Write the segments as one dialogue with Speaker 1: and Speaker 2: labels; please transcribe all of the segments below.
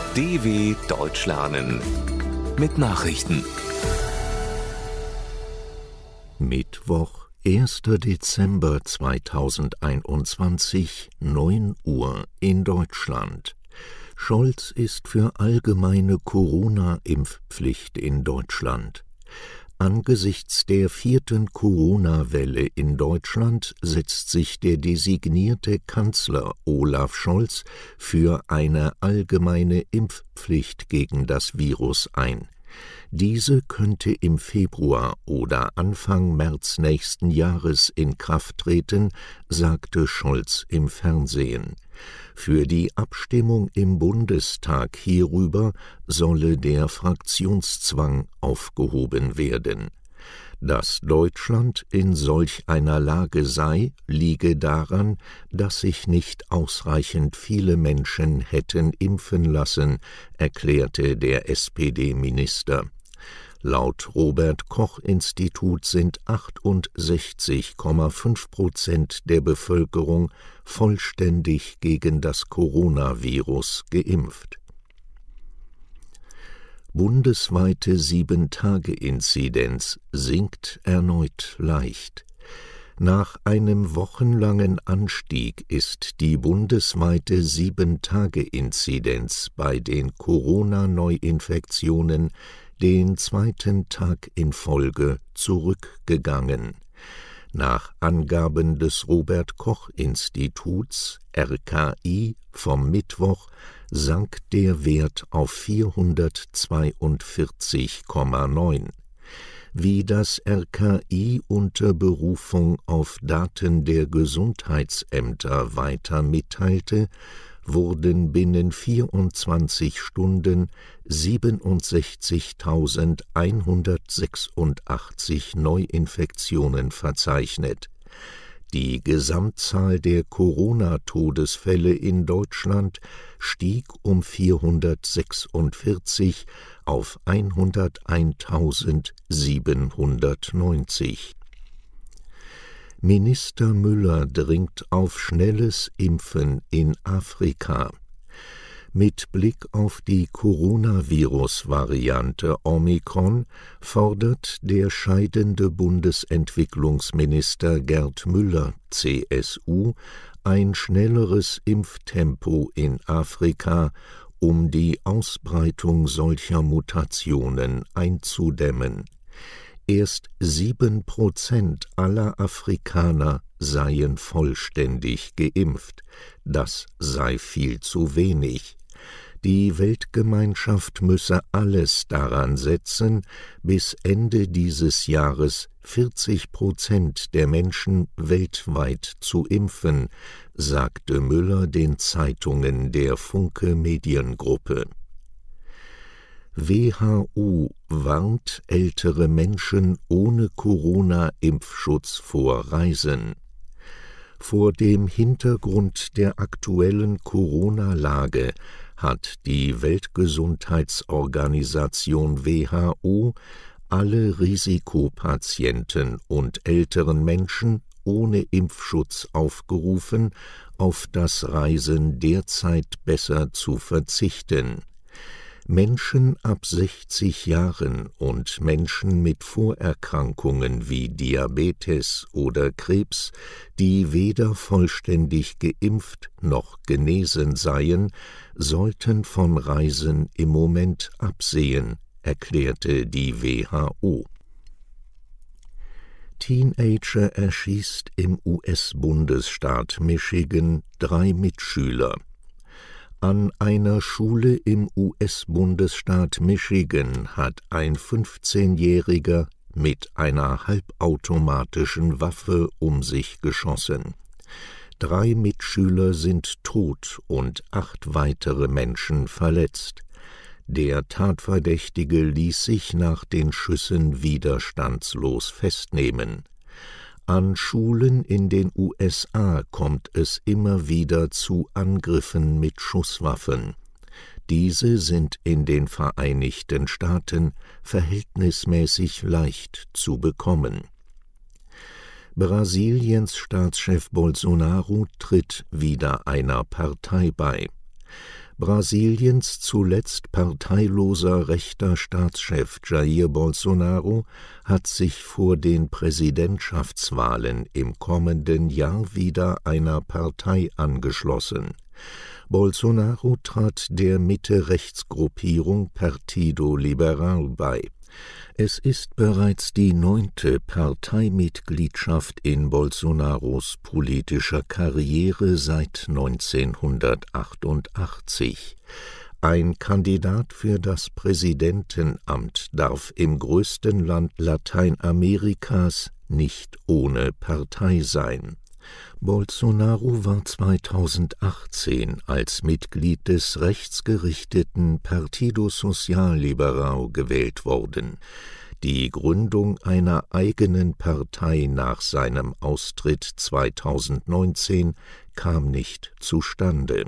Speaker 1: DW Deutsch lernen mit Nachrichten.
Speaker 2: Mittwoch, 1. Dezember 2021, 9 Uhr in Deutschland. Scholz ist für allgemeine Corona-Impfpflicht in Deutschland. Angesichts der 4. Corona-Welle in Deutschland setzt sich der designierte Kanzler Olaf Scholz für eine allgemeine Impfpflicht gegen das Virus ein. Diese könnte im Februar oder Anfang März nächsten Jahres in Kraft treten, sagte Scholz im Fernsehen. Für die Abstimmung im Bundestag hierüber solle der Fraktionszwang aufgehoben werden. Dass Deutschland in solch einer Lage sei, liege daran, dass sich nicht ausreichend viele Menschen hätten impfen lassen, erklärte der SPD-Minister. Laut Robert-Koch-Institut sind 68,5% der Bevölkerung vollständig gegen das Coronavirus geimpft. Bundesweite 7-Tage-Inzidenz sinkt erneut leicht. Nach einem wochenlangen Anstieg ist die bundesweite 7-Tage-Inzidenz bei den Corona-Neuinfektionen den zweiten Tag in Folge zurückgegangen. Nach Angaben des Robert-Koch-Instituts (RKI) vom Mittwoch sank der Wert auf 442,9. Wie das RKI unter Berufung auf Daten der Gesundheitsämter weiter mitteilte, wurden binnen 24 Stunden 67.186 Neuinfektionen verzeichnet. Die Gesamtzahl der Corona-Todesfälle in Deutschland stieg um 446 auf 101.790. Minister Müller dringt auf schnelles Impfen in Afrika. Mit Blick auf die Coronavirus-Variante Omikron fordert der scheidende Bundesentwicklungsminister Gerd Müller, CSU, ein schnelleres Impftempo in Afrika, um die Ausbreitung solcher Mutationen einzudämmen. Erst 7% aller Afrikaner seien vollständig geimpft. Das sei viel zu wenig. Die Weltgemeinschaft müsse alles daran setzen, bis Ende dieses Jahres 40% der Menschen weltweit zu impfen, sagte Müller den Zeitungen der Funke Mediengruppe. WHO warnt ältere Menschen ohne Corona-Impfschutz vor Reisen. Vor dem Hintergrund der aktuellen Corona-Lage hat die Weltgesundheitsorganisation WHO alle Risikopatienten und älteren Menschen ohne Impfschutz aufgerufen, auf das Reisen derzeit besser zu verzichten. Menschen ab 60 Jahren und Menschen mit Vorerkrankungen wie Diabetes oder Krebs, die weder vollständig geimpft noch genesen seien, sollten von Reisen im Moment absehen, erklärte die WHO. Teenager erschießt im US-Bundesstaat Michigan 3 Mitschüler. An einer Schule im US-Bundesstaat Michigan hat ein 15-Jähriger mit einer halbautomatischen Waffe um sich geschossen. 3 Mitschüler sind tot und 8 weitere Menschen verletzt. Der Tatverdächtige ließ sich nach den Schüssen widerstandslos festnehmen. An Schulen in den USA kommt es immer wieder zu Angriffen mit Schusswaffen. Diese sind in den Vereinigten Staaten verhältnismäßig leicht zu bekommen. Brasiliens Staatschef Bolsonaro tritt wieder einer Partei bei. Brasiliens zuletzt parteiloser rechter Staatschef Jair Bolsonaro hat sich vor den Präsidentschaftswahlen im kommenden Jahr wieder einer Partei angeschlossen. Bolsonaro trat der Mitte-Rechts-Gruppierung Partido Liberal bei. Es ist bereits die 9. Parteimitgliedschaft in Bolsonaros politischer Karriere seit 1988. Ein Kandidat für das Präsidentenamt darf im größten Land Lateinamerikas nicht ohne Partei sein. Bolsonaro war 2018 als Mitglied des rechtsgerichteten Partido Social Liberal gewählt worden. Die Gründung einer eigenen Partei nach seinem Austritt 2019 kam nicht zustande.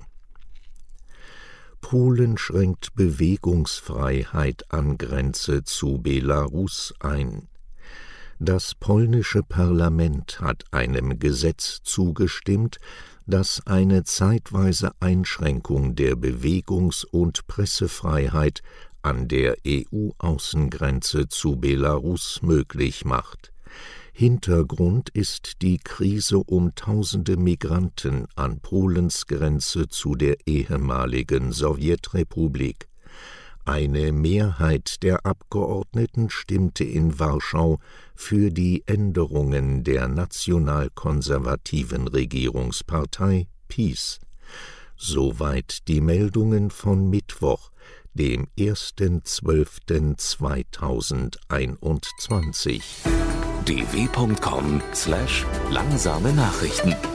Speaker 2: Polen schränkt Bewegungsfreiheit an Grenze zu Belarus ein. Das polnische Parlament hat einem Gesetz zugestimmt, das eine zeitweise Einschränkung der Bewegungs- und Pressefreiheit an der EU-Außengrenze zu Belarus möglich macht. Hintergrund ist die Krise um tausende Migranten an Polens Grenze zu der ehemaligen Sowjetrepublik. Eine Mehrheit der Abgeordneten stimmte in Warschau für die Änderungen der nationalkonservativen Regierungspartei PiS. Soweit die Meldungen von Mittwoch, dem 1.12.2021.
Speaker 1: dw.com/langsame Nachrichten